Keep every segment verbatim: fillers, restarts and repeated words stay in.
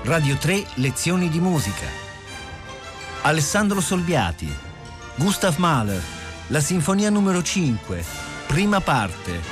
Radio tre Lezioni di musica. Alessandro Solbiati, Gustav Mahler, la Sinfonia numero cinque, prima parte.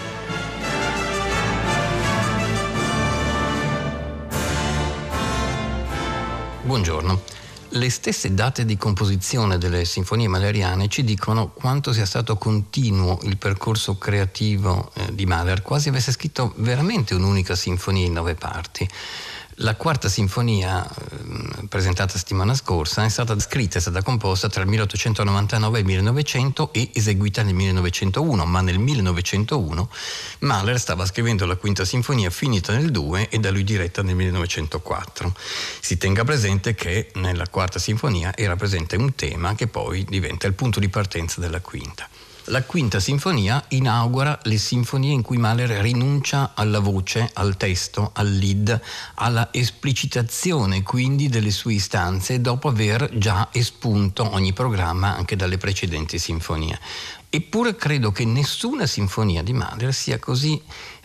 Buongiorno. Le stesse date di composizione delle sinfonie mahleriane ci dicono quanto sia stato continuo il percorso creativo eh, di Mahler, quasi avesse scritto veramente un'unica sinfonia in nove parti. La quarta sinfonia, eh, presentata settimana scorsa, è stata scritta, è stata composta tra il milleottocentonovantanove e il millenovecento e eseguita nel millenovecentouno, ma nel millenovecentouno Mahler stava scrivendo la quinta sinfonia finita nel due e da lui diretta nel millenovecentoquattro. Si tenga presente che nella quarta sinfonia era presente un tema che poi diventa il punto di partenza della quinta. La quinta sinfonia inaugura le sinfonie in cui Mahler rinuncia alla voce, al testo, al lead, alla esplicitazione quindi delle sue istanze dopo aver già espunto ogni programma anche dalle precedenti sinfonie. Eppure credo che nessuna sinfonia di Mahler sia così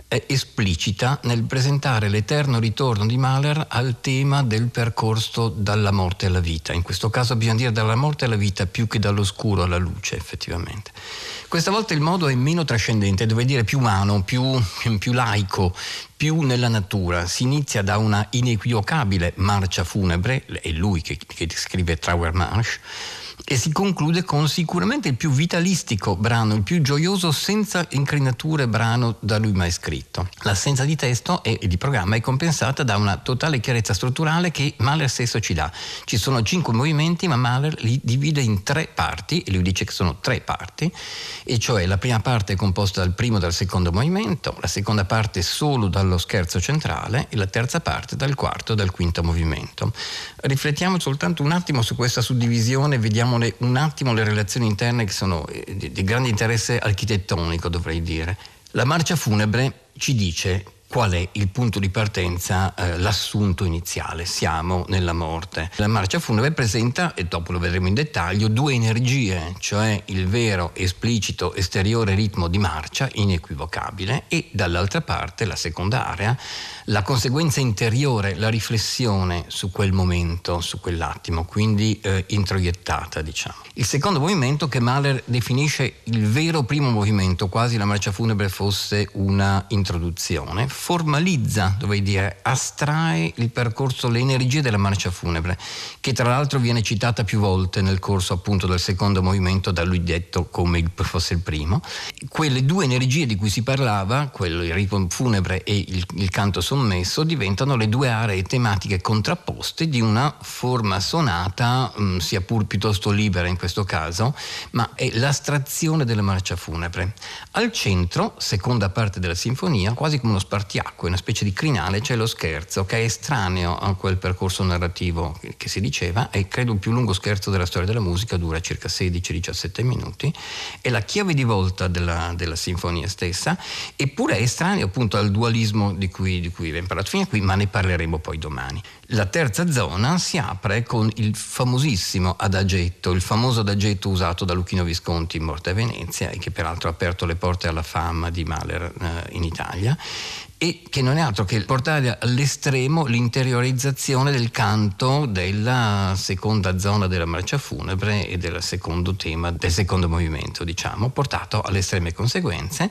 esplicita nel presentare l'eterno ritorno di Mahler al tema del percorso dalla morte alla vita. In questo caso bisogna dire dalla morte alla vita più che dall'oscuro alla luce, effettivamente. Questa volta il modo è meno trascendente, dovrei dire più umano, più, più laico, più nella natura. Si inizia da una inequivocabile marcia funebre, è lui che, che scrive Trauermarsch, e si conclude con sicuramente il più vitalistico brano, il più gioioso senza incrinature brano da lui mai scritto. L'assenza di testo e di programma è compensata da una totale chiarezza strutturale che Mahler stesso ci dà. Ci sono cinque movimenti, ma Mahler li divide in tre parti, e lui dice che sono tre parti, e cioè la prima parte è composta dal primo e dal secondo movimento, la seconda parte solo dallo scherzo centrale e la terza parte dal quarto e dal quinto movimento. Riflettiamo soltanto un attimo su questa suddivisione, vediamo un attimo le relazioni interne che sono di, di grande interesse architettonico, dovrei dire. La marcia funebre ci dice qual è il punto di partenza, eh, l'assunto iniziale: siamo nella morte. La marcia funebre presenta, e dopo lo vedremo in dettaglio, due energie, cioè il vero, esplicito, esteriore ritmo di marcia, inequivocabile, e dall'altra parte, la seconda area, la conseguenza interiore, la riflessione su quel momento, su quell'attimo, quindi eh, introiettata, diciamo. Il secondo movimento, che Mahler definisce il vero primo movimento, quasi la marcia funebre fosse una introduzione, formalizza, dovrei dire, astrae il percorso, le energie della marcia funebre, che tra l'altro viene citata più volte nel corso appunto del secondo movimento, da lui detto come fosse il primo. Quelle due energie di cui si parlava, quello, il ritmo funebre e il, il canto sommesso, diventano le due aree tematiche contrapposte di una forma sonata, mh, sia pur piuttosto libera in questo caso, ma è l'astrazione della marcia funebre. Al centro, seconda parte della sinfonia, quasi come uno spartiacque, una specie di crinale, c'è lo scherzo che è estraneo a quel percorso narrativo che, che si diceva, è credo il più lungo scherzo della storia della musica, dura circa sedici diciassette minuti, è la chiave di volta della, della sinfonia stessa, eppure è estraneo appunto al dualismo di cui, di cui abbiamo parlato fino a qui, ma ne parleremo poi domani. La terza zona si apre con il famosissimo adagetto, il famoso adagetto usato da Luchino Visconti in Morte a Venezia, e che peraltro ha aperto le porte alla fama di Mahler eh, in Italia, e che non è altro che portare all'estremo l'interiorizzazione del canto della seconda zona della marcia funebre e del secondo tema, del secondo movimento, diciamo, portato alle estreme conseguenze,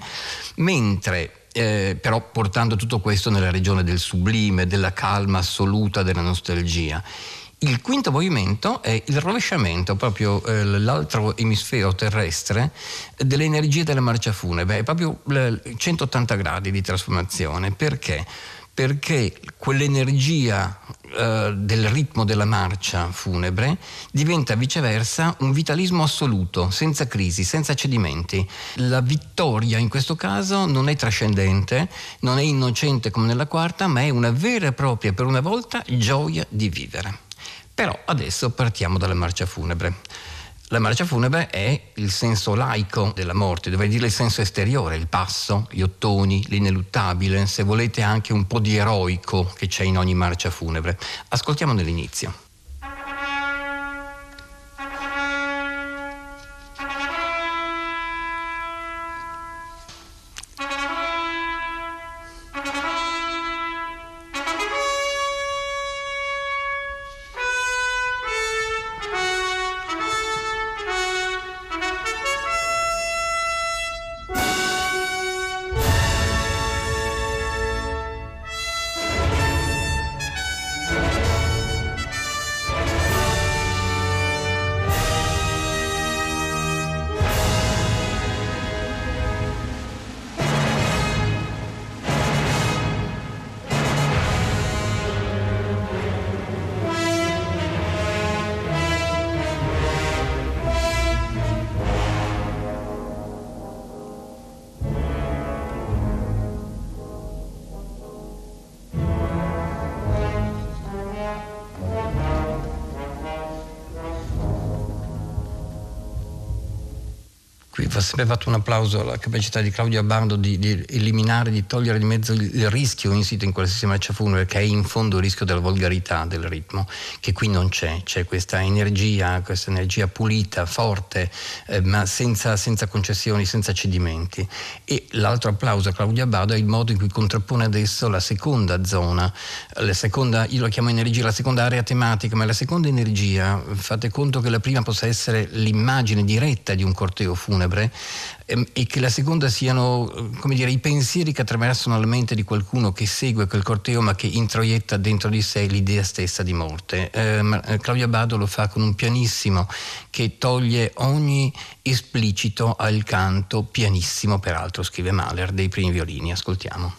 mentre Eh, però portando tutto questo nella regione del sublime, della calma assoluta, della nostalgia. Il quinto movimento è il rovesciamento, proprio eh, l'altro emisfero terrestre delle energie della marcia funebre, è proprio eh, centottanta gradi di trasformazione. Perché? Perché quell'energia eh, del ritmo della marcia funebre diventa viceversa un vitalismo assoluto, senza crisi, senza cedimenti. La vittoria in questo caso non è trascendente, non è innocente come nella quarta, ma è una vera e propria, per una volta, gioia di vivere. Però adesso partiamo dalla marcia funebre. La marcia funebre è il senso laico della morte, dovrei dire il senso esteriore, il passo, gli ottoni, l'ineluttabile, se volete anche un po' di eroico che c'è in ogni marcia funebre. Ascoltiamo nell'inizio. va sempre fatto un applauso alla capacità di Claudio Abbado di, di eliminare, di togliere di mezzo il, il rischio insito in qualsiasi marcia funebre, che è in fondo il rischio della volgarità del ritmo, che qui non c'è. C'è questa energia, questa energia pulita, forte, eh, ma senza, senza concessioni, senza cedimenti. E l'altro applauso a Claudio Abbado è il modo in cui contrappone adesso la seconda zona, la seconda, io lo chiamo energia, la seconda area tematica, ma la seconda energia, fate conto che la prima possa essere l'immagine diretta di un corteo funebre ehm, e che la seconda siano, come dire, i pensieri che attraversano la mente di qualcuno che segue quel corteo ma che introietta dentro di sé l'idea stessa di morte. Eh, Claudio Abbado lo fa con un pianissimo che toglie ogni esplicito al canto, pianissimo peraltro, scrive Mahler, dei primi violini. Ascoltiamo.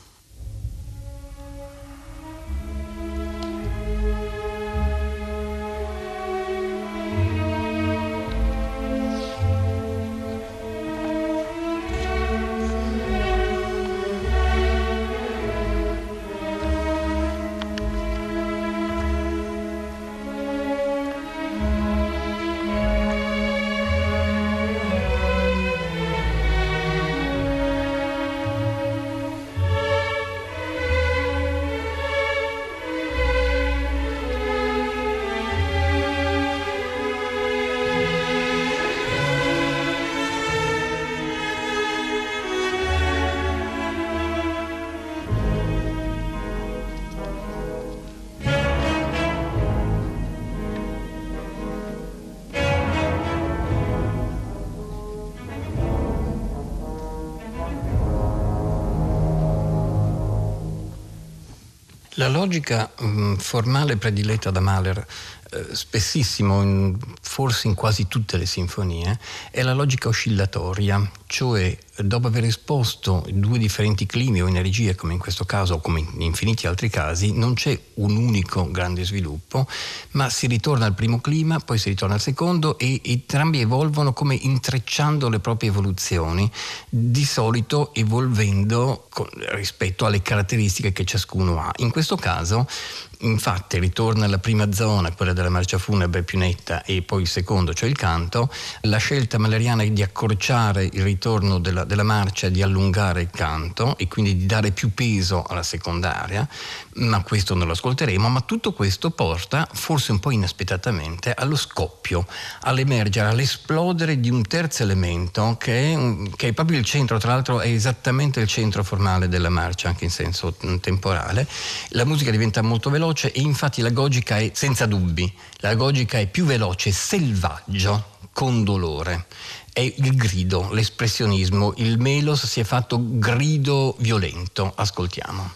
La logica mh, formale prediletta da Mahler, eh, spessissimo, in, forse in quasi tutte le sinfonie, è la logica oscillatoria, cioè dopo aver esposto due differenti climi o energie, come in questo caso o come in infiniti altri casi, non c'è un unico grande sviluppo, ma si ritorna al primo clima, poi si ritorna al secondo e entrambi evolvono come intrecciando le proprie evoluzioni, di solito evolvendo con, rispetto alle caratteristiche che ciascuno ha. In questo caso, infatti, ritorna alla prima zona, quella della marcia funebre più netta, e poi il secondo, cioè il canto. La scelta mahleriana è di accorciare il ritorno della, della marcia, di allungare il canto e quindi di dare più peso alla seconda area, ma questo non lo ascolteremo. Ma tutto questo porta, forse un po' inaspettatamente, allo scoppio, all'emergere, all'esplodere di un terzo elemento che è, che è proprio il centro, tra l'altro è esattamente il centro formale della marcia, anche in senso temporale. La musica diventa molto veloce e infatti la gogica è senza dubbi, la gogica è più veloce, selvaggio, con dolore. È il grido, l'espressionismo, il melos si è fatto grido violento. Ascoltiamo.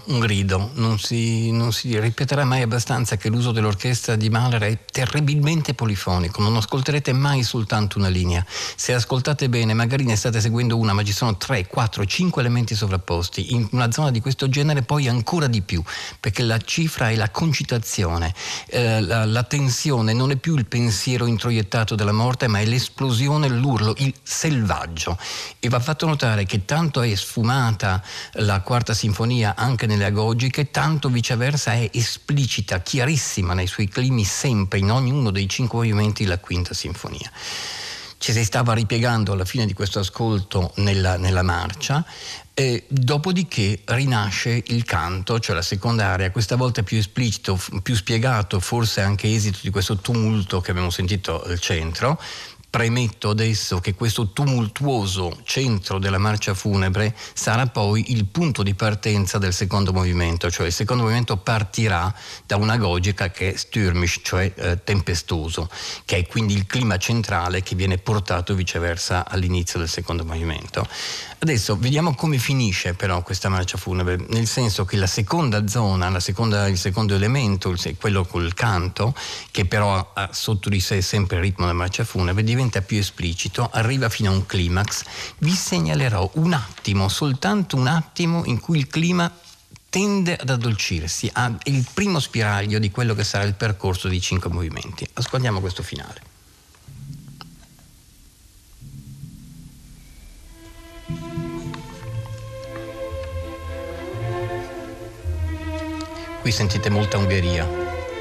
grido, un grido, non si, non si ripeterà mai abbastanza che l'uso dell'orchestra di Mahler è terribilmente polifonico, non ascolterete mai soltanto una linea. Se ascoltate bene, magari ne state seguendo una, ma ci sono tre, quattro, cinque elementi sovrapposti. In una zona di questo genere poi ancora di più, perché la cifra è la concitazione, eh, la, la tensione non è più il pensiero introiettato della morte, ma è l'esplosione, l'urlo, il selvaggio. E va fatto notare che tanto è sfumata la quarta sinfonia anche nelle agogiche, tanto viceversa è esplicita, chiarissima nei suoi climi sempre, in ognuno dei cinque movimenti, la quinta sinfonia. Ci si stava ripiegando alla fine di questo ascolto nella, nella marcia, e dopodiché rinasce il canto, cioè la seconda area, questa volta più esplicito, più spiegato, forse anche esito di questo tumulto che abbiamo sentito al centro. Premetto adesso che questo tumultuoso centro della marcia funebre sarà poi il punto di partenza del secondo movimento, cioè il secondo movimento partirà da una agogica che è stürmisch, cioè eh, tempestoso, che è quindi il clima centrale che viene portato viceversa all'inizio del secondo movimento. Adesso vediamo come finisce però questa marcia funebre, nel senso che la seconda zona, la seconda, il secondo elemento, il, quello col canto, che però ha sotto di sé sempre il ritmo della marcia funebre, diventa più esplicito, arriva fino a un climax. Vi segnalerò un attimo, soltanto un attimo, in cui il clima tende ad addolcirsi, è il primo spiraglio di quello che sarà il percorso di cinque movimenti. Ascoltiamo questo finale. Qui sentite molta Ungheria.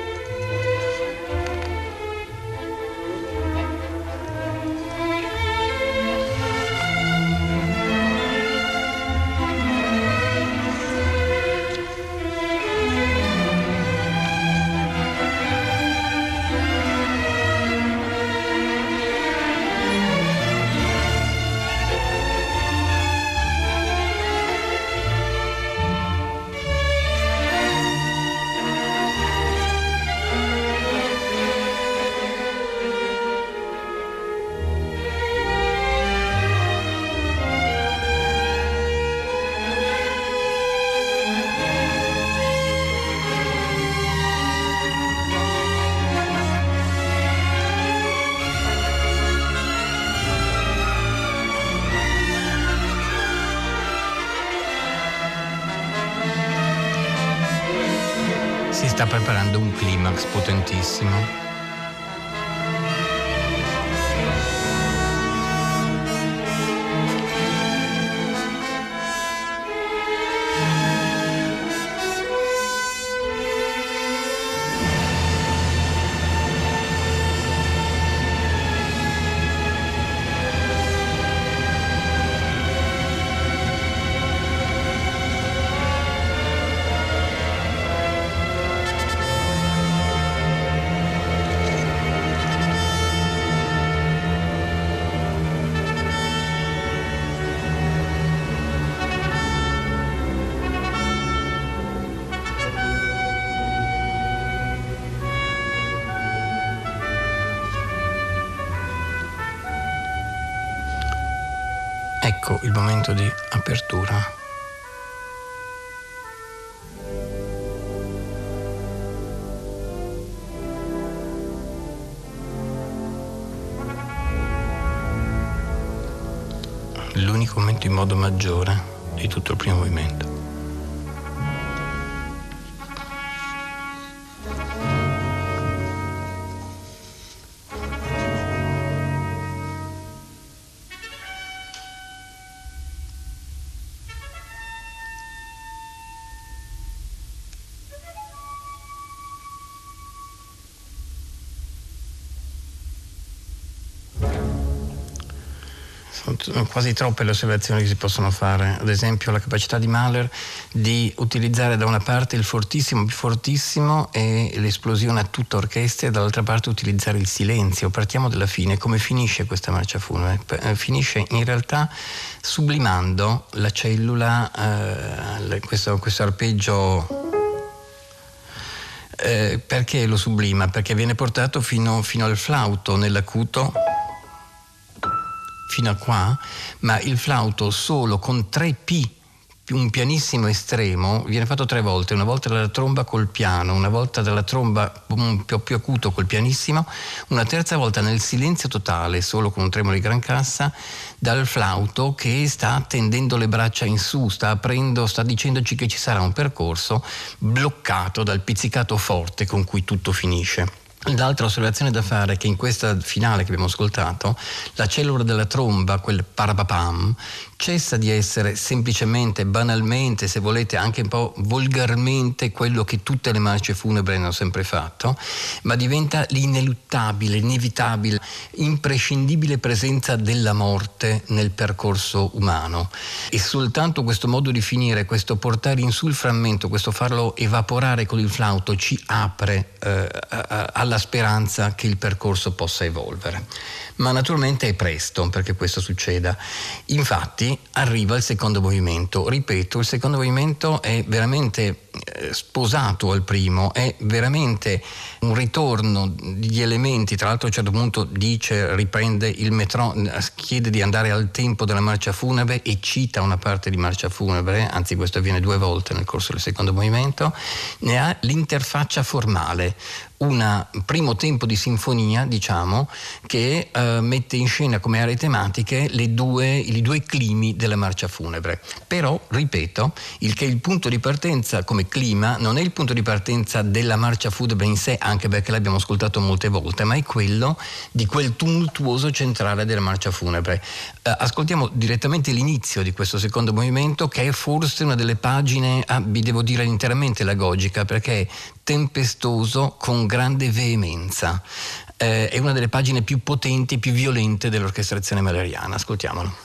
Si sta preparando un climax potentissimo. Ecco il momento di apertura. L'unico momento in modo maggiore di tutto il primo movimento. Sono quasi troppe le osservazioni che si possono fare. Ad esempio la capacità di Mahler di utilizzare da una parte il fortissimo più fortissimo e l'esplosione a tutta orchestra, e dall'altra parte utilizzare il silenzio. Partiamo dalla fine. Come finisce questa marcia funebre? Finisce in realtà sublimando la cellula, eh, questo, questo arpeggio. Eh, perché lo sublima? Perché viene portato fino, fino al flauto nell'acuto, fino a qua, ma il flauto solo con tre P un pianissimo estremo viene fatto tre volte, una volta dalla tromba col piano, una volta dalla tromba un po' più acuto col pianissimo, una terza volta nel silenzio totale, solo con un tremolo di gran cassa, dal flauto che sta tendendo le braccia in su, sta aprendo, sta dicendoci che ci sarà un percorso bloccato dal pizzicato forte con cui tutto finisce. L'altra osservazione da fare è che in questa finale che abbiamo ascoltato, la cellula della tromba, quel parapapam, cessa di essere semplicemente, banalmente, se volete anche un po' volgarmente, quello che tutte le marce funebri hanno sempre fatto, ma diventa l'ineluttabile, inevitabile, imprescindibile presenza della morte nel percorso umano. E soltanto questo modo di finire, questo portare in su il frammento, questo farlo evaporare con il flauto ci apre eh, alla la speranza che il percorso possa evolvere. Ma naturalmente è presto perché questo succeda. Infatti arriva il secondo movimento. Ripeto, il secondo movimento è veramente eh, sposato al primo, è veramente un ritorno di elementi. Tra l'altro a un certo punto dice, riprende il metro, chiede di andare al tempo della marcia funebre e cita una parte di marcia funebre, anzi questo avviene due volte nel corso del secondo movimento. Ne ha l'interfaccia formale, un primo tempo di sinfonia, diciamo, che eh, mette in scena come aree tematiche le due, i due climi della marcia funebre. Però, ripeto, il che il punto di partenza come clima non è il punto di partenza della marcia funebre in sé, anche perché l'abbiamo ascoltato molte volte, ma è quello di quel tumultuoso centrale della marcia funebre. Eh, ascoltiamo direttamente l'inizio di questo secondo movimento, che è forse una delle pagine, ah, vi devo dire interamente l'agogica, perché è tempestoso con grande veemenza. Eh, è una delle pagine più potenti e più violente dell'orchestrazione mahleriana. Ascoltiamolo.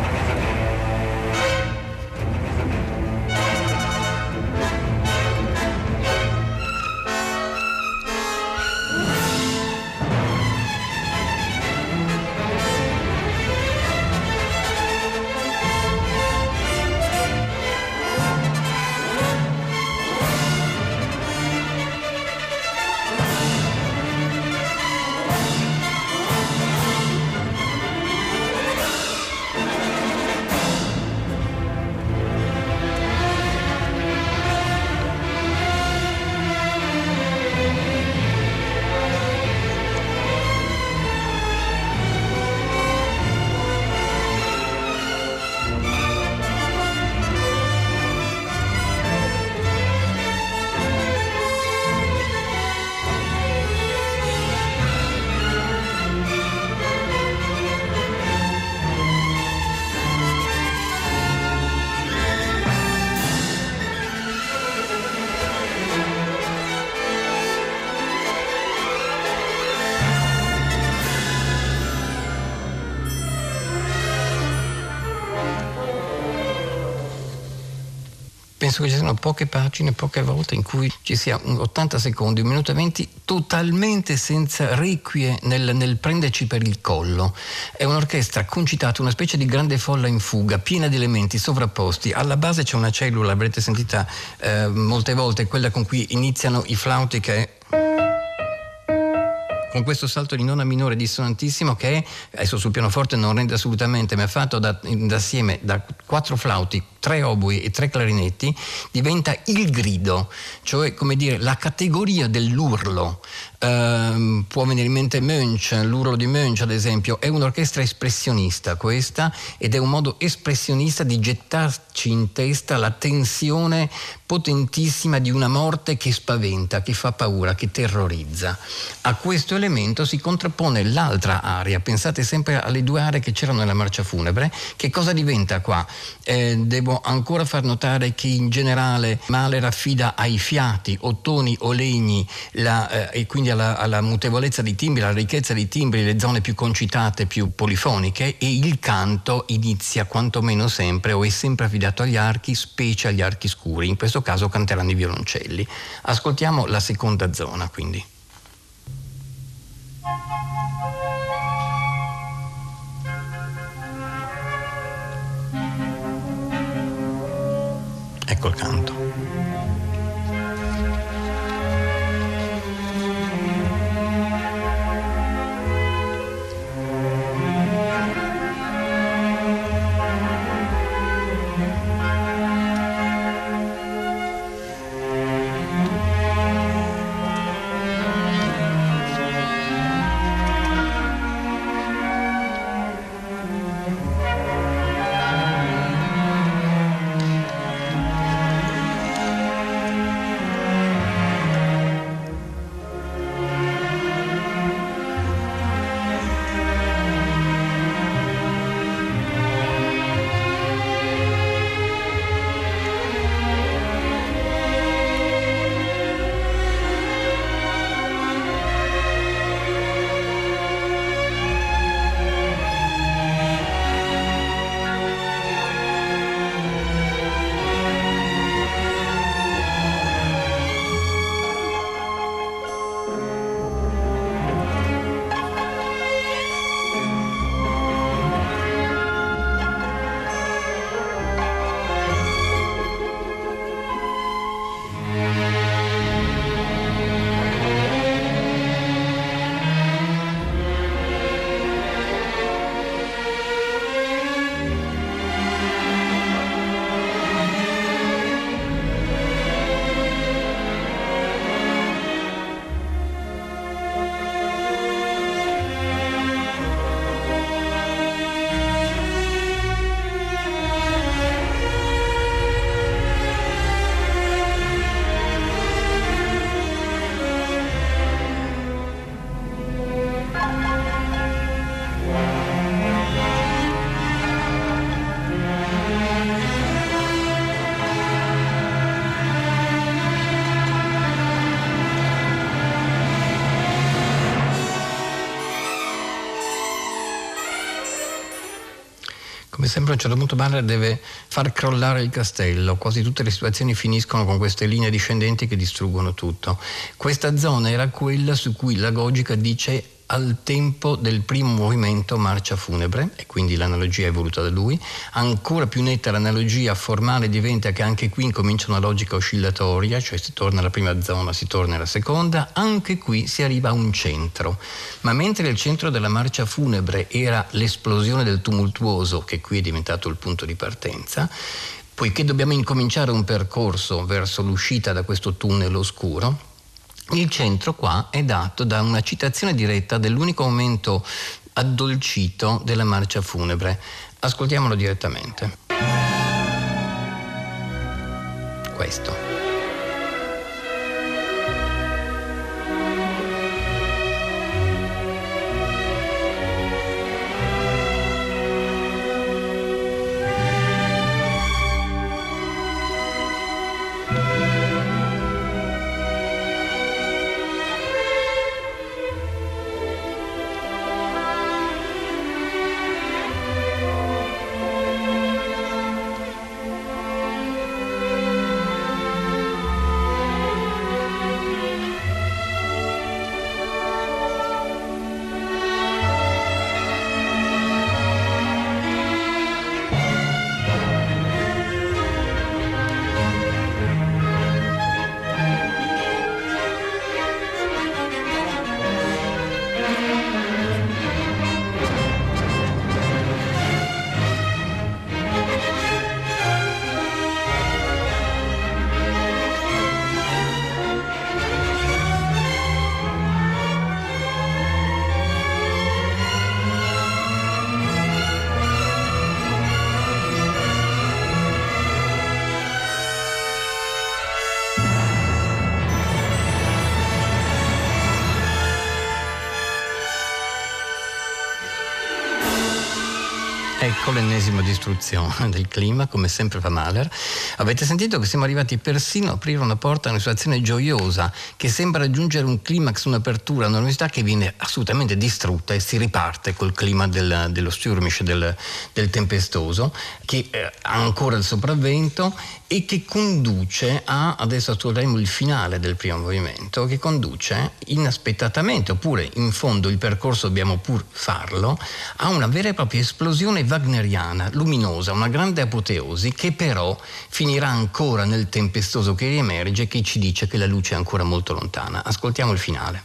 Penso che ci siano poche pagine, poche volte in cui ci sia un ottanta secondi, un minuto e venti totalmente senza requie nel, nel prenderci per il collo. È un'orchestra concitata, una specie di grande folla in fuga, piena di elementi sovrapposti. Alla base c'è una cellula, l'avrete sentita eh, molte volte, quella con cui iniziano i flauti, che è con questo salto di nona minore dissonantissimo che è, adesso sul pianoforte non rende assolutamente, ma è fatto da, da assieme da quattro flauti, tre oboi e tre clarinetti, diventa il grido, cioè come dire la categoria dell'urlo. Uh, può venire in mente Munch, l'urlo di Munch ad esempio. È un'orchestra espressionista questa, ed è un modo espressionista di gettarci in testa la tensione potentissima di una morte che spaventa, che fa paura, che terrorizza. A questo elemento si contrappone l'altra aria. Pensate sempre alle due aree che c'erano nella marcia funebre. Che cosa diventa qua? Eh, devo ancora far notare che in generale Mahler affida ai fiati, ottoni o legni, la, eh, e quindi alla, alla mutevolezza dei timbri, alla ricchezza dei timbri, le zone più concitate, più polifoniche, e il canto inizia quantomeno sempre o è sempre affidato agli archi, specie agli archi scuri. In questo caso canteranno i violoncelli. Ascoltiamo la seconda zona, quindi. Ecco il canto. sembra a un certo punto Mahler deve far crollare il castello, quasi tutte le situazioni finiscono con queste linee discendenti che distruggono tutto. Questa zona era quella su cui la Gogica dice al tempo del primo movimento Marcia funebre, e quindi l'analogia è voluta da lui. Ancora più netta l'analogia formale diventa che anche qui incomincia una logica oscillatoria, cioè si torna alla prima zona, si torna alla seconda, anche qui si arriva a un centro. Ma mentre il centro della marcia funebre era l'esplosione del tumultuoso, che qui è diventato il punto di partenza, poiché dobbiamo incominciare un percorso verso l'uscita da questo tunnel oscuro, il centro qua è dato da una citazione diretta dell'unico momento addolcito della marcia funebre. Ascoltiamolo direttamente. Questo. Ecco l'ennesima distruzione del clima, come sempre fa Mahler. Avete sentito che siamo arrivati persino a aprire una porta a una situazione gioiosa che sembra raggiungere un climax, un'apertura, una novità che viene assolutamente distrutta e si riparte col clima del, dello stürmisch, del, del tempestoso, che eh, ha ancora il sopravvento e che conduce a, adesso ascolteremo il finale del primo movimento, che conduce inaspettatamente, oppure in fondo il percorso dobbiamo pur farlo, a una vera e propria esplosione wagneriana, luminosa, una grande apoteosi che però finirà ancora nel tempestoso che riemerge, che ci dice che la luce è ancora molto lontana. Ascoltiamo il finale.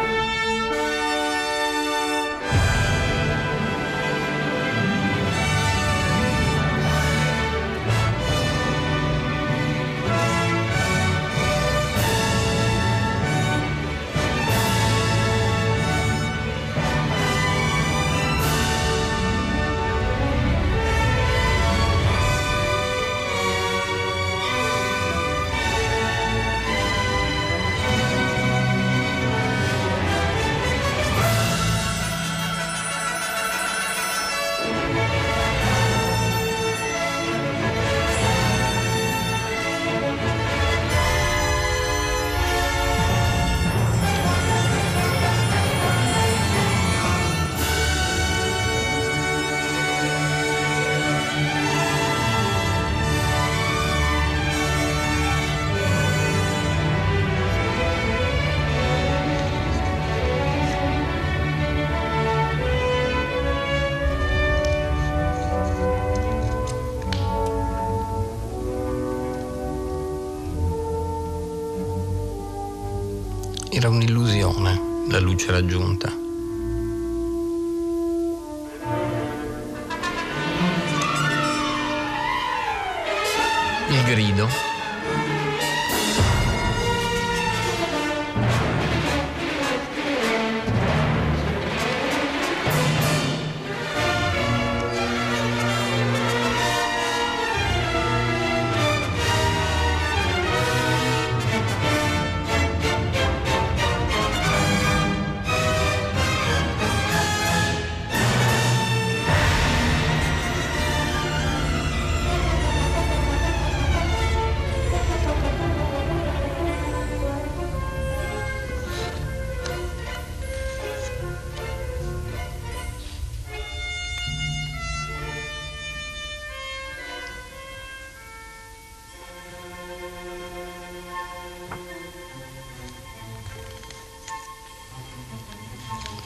Era un'illusione la luce raggiunta. Il grido.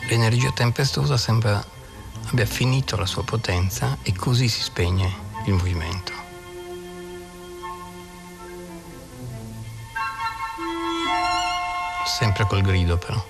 l'energia tempestosa sembra abbia finito la sua potenza e così si spegne il movimento. Sempre col grido però.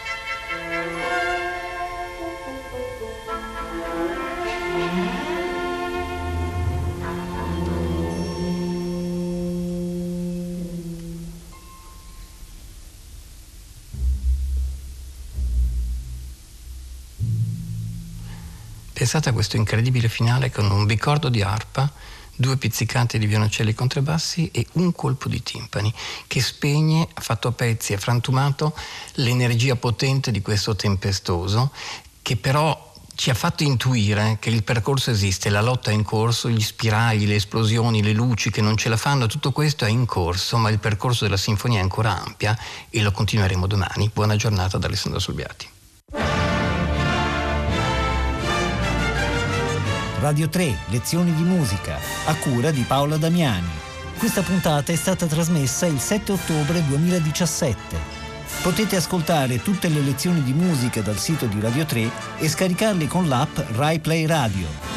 Pensate a questo incredibile finale con un bicordo di arpa, due pizzicate di violoncelli contrabbassi e un colpo di timpani che spegne, fatto a pezzi e frantumato, l'energia potente di questo tempestoso, che però ci ha fatto intuire che il percorso esiste, la lotta è in corso, gli spiragli, le esplosioni, le luci che non ce la fanno, tutto questo è in corso, ma il percorso della sinfonia è ancora ampia e lo continueremo domani. Buona giornata da Alessandro Solbiati. Radio tre, lezioni di musica, a cura di Paola Damiani. Questa puntata è stata trasmessa il sette ottobre duemiladiciassette. Potete ascoltare tutte le lezioni di musica dal sito di Radio tre e scaricarle con l'app Rai Play Radio.